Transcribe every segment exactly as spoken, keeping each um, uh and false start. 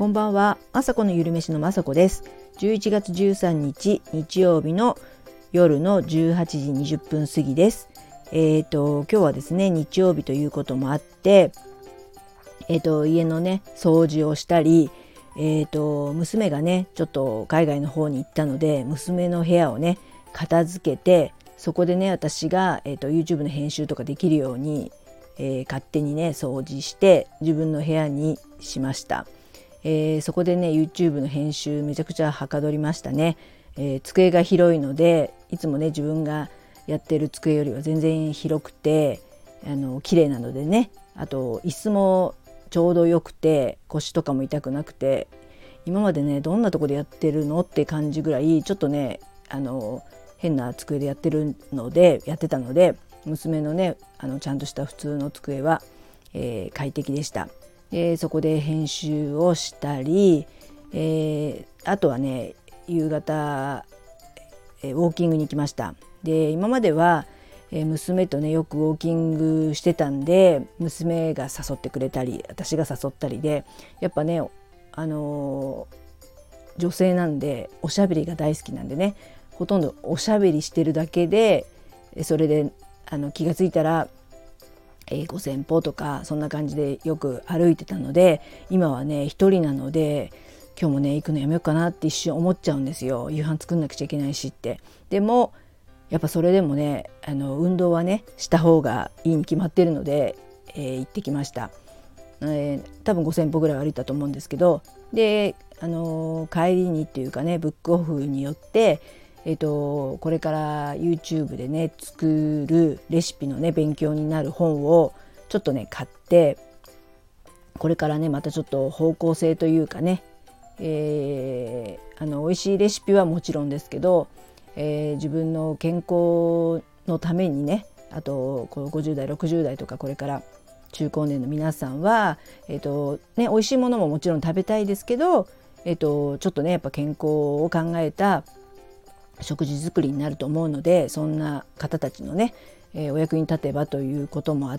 こんばんは。あさこのゆるめしのまさこです。じゅういちがつじゅうさんにち日曜日の夜のじゅうはちじにじゅっぷん過ぎです。えーと今日はですね、日曜日ということもあって、えーと家のね掃除をしたり、えーと娘がねちょっと海外の方に行ったので、娘の部屋をね片付けて、そこでね私が、えーと YouTube の編集とかできるように、えー勝手にね掃除して自分の部屋にしました。えーそこでね YouTube の編集めちゃくちゃはかどりましたね。えー机が広いので、いつもね自分がやってる机よりは全然広くて、あの綺麗なのでね、あと椅子もちょうどよくて、腰とかも痛くなくて、今までねどんなとこでやってるのって感じぐらい、ちょっとねあの変な机でやってるのでやってたので、娘のねあのちゃんとした普通の机は、えー快適でした。でそこで編集をしたり、えーあとはね夕方、えーウォーキングに行きました。で今までは、えー娘とねよくウォーキングしてたんで、娘が誘ってくれたり私が誘ったりで、やっぱねあのー女性なんでおしゃべりが大好きなんでね、ほとんどおしゃべりしてるだけで、それであの気がついたらえー、ごせんぽとかそんな感じでよく歩いてたので、今はね一人なので今日もね行くのやめようかなって一瞬思っちゃうんですよ。夕飯作んなくちゃいけないしって。でもやっぱそれでもねあの運動はねした方がいいに決まってるので、えー行ってきました。えー多分ごせんぽぐらい歩いたと思うんですけど、で、あのー帰りにっていうかねブックオフによって、えーとこれから YouTube でね作るレシピのね勉強になる本をちょっとね買って、これからねまたちょっと方向性というかね、えーあの美味しいレシピはもちろんですけど、えー自分の健康のためにね、あとこのごじゅうだいろくじゅうだいとかこれから中高年の皆さんは、えーとね、美味しいものももちろん食べたいですけど、えーとちょっとねやっぱ健康を考えた食事作りになると思うので、そんな方たちのね、えーお役に立てばということもあって、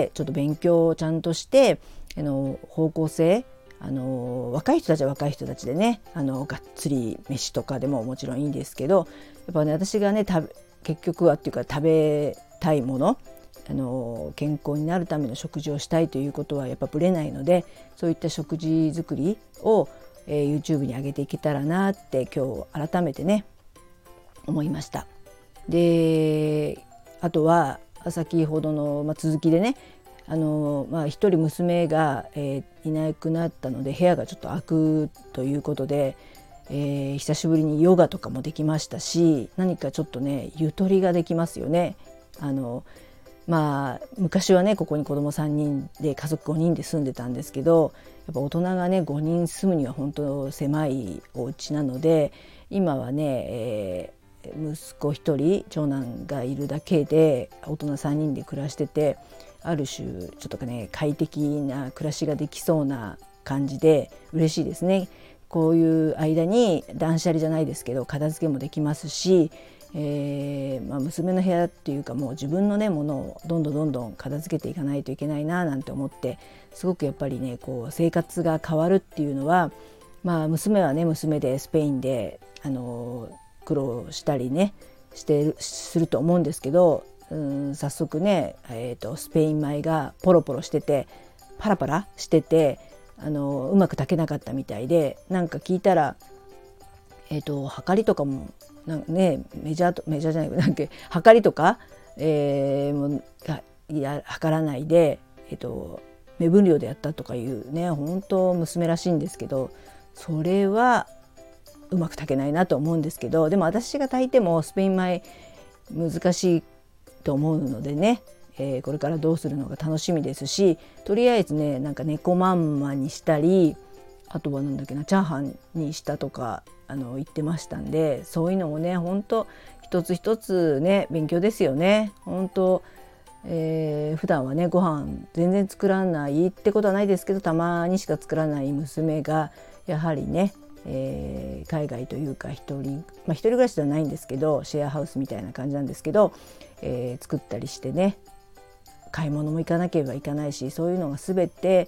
ちょっと勉強をちゃんとしてあの方向性、あの若い人たちは若い人たちでね、あのがっつり飯とかでももちろんいいんですけど、やっぱね私がね食べ結局はっていうか食べたいもの、あの健康になるための食事をしたいということはやっぱぶれないので、そういった食事作りを、えー YouTube に上げていけたらなって今日改めてね思いました。であとは先ほどの、まあ、続きでね、あの、まあ、一人娘が、えーいなくなったので部屋がちょっと空くということで、えー久しぶりにヨガとかもできましたし、何かちょっとねゆとりができますよね。あのまあ昔はねここに子供さんにんで家族ごにんで住んでたんですけど、やっぱ大人がねごにん住むには本当狭いお家なので、今はね、えー息子ひとり長男がいるだけで大人さんにんで暮らしてて、ある種ちょっとかね快適な暮らしができそうな感じで嬉しいですね。こういう間に断捨離じゃないですけど片付けもできますし、えーまあ、娘の部屋っていうかもう自分のねものをどんどんどんどん片付けていかないといけないななんて思って、すごくやっぱりねこう生活が変わるっていうのは、まあ娘はね娘でスペインであの苦労したりねしてるすると思うんですけど、うん早速ね、えーとスペイン米がポロポロしててパラパラしてて、あのうまく炊けなかったみたいで、なんか聞いたらえーとはかりとかもなんかねメジャーとメジャーじゃないなんかはかりとか、えー、もういや測らないで、えーと目分量でやったとかいうね本当娘らしいんですけど、それはうまく炊けないなと思うんですけど、でも私が炊いてもスペイン米難しいと思うのでね、えーこれからどうするのが楽しみですし、とりあえずねなんか猫まんまにしたり、あとはなんだっけなチャーハンにしたとかあの言ってましたんで、そういうのもね本当一つ一つね勉強ですよね。本当、えー普段はねご飯全然作らないってことはないですけど、たまにしか作らない娘がやはりね、えー海外というか一人、まあ、一人暮らしではないんですけどシェアハウスみたいな感じなんですけど、えー作ったりしてね買い物も行かなければいけないし、そういうのが全て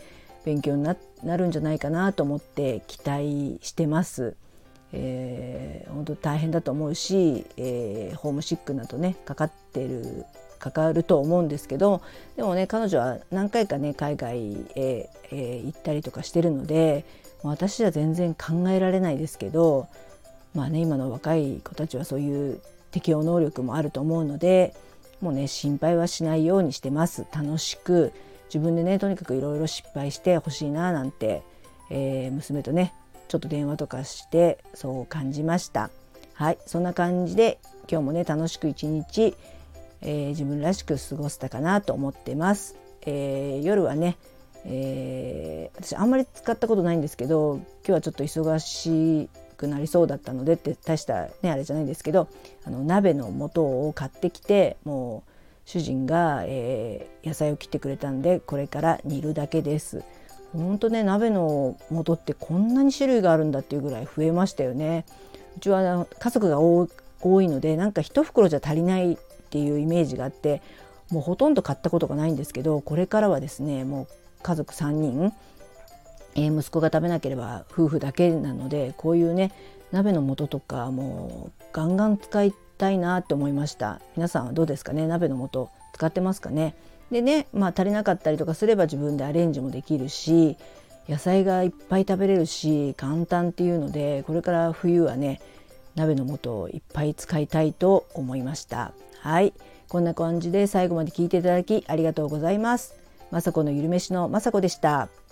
勉強に な, なるんじゃないかなと思って期待してます。えー、本当大変だと思うし、えー、ホームシックなどねかかってるかかると思うんですけど、でもね彼女は何回かね海外へ、えー、行ったりとかしてるので、私は全然考えられないですけど、まあね今の若い子たちはそういう適応能力もあると思うので、もうね心配はしないようにしてます。楽しく自分でねとにかくいろいろ失敗してほしいななんて、えー、娘とねちょっと電話とかしてそう感じました。はい、そんな感じで今日もね楽しく一日、えー、自分らしく過ごせたかなと思ってます。えー、夜はね、えー、私あんまり使ったことないんですけど、今日はちょっと忙しくなりそうだったのでって大したねあれじゃないんですけど、あの鍋の素を買ってきて、もう主人が、えー、野菜を切ってくれたんでこれから煮るだけです。ほんとね鍋の素ってこんなに種類があるんだっていうぐらい増えましたよね。うちは家族が多いのでなんか一袋じゃ足りないっていうイメージがあって、もうほとんど買ったことがないんですけど、これからはですねもう家族さんにん、えー、息子が食べなければ夫婦だけなので、こういうね鍋の素とかもうガンガン使いたいなって思いました。皆さんはどうですかね、鍋の素使ってますかね。でね、まあ足りなかったりとかすれば自分でアレンジもできるし、野菜がいっぱい食べれるし簡単っていうので、これから冬はね鍋の素をいっぱい使いたいと思いました。はい、こんな感じで最後まで聞いていただきありがとうございます。まさこのゆるめしのまさこでした。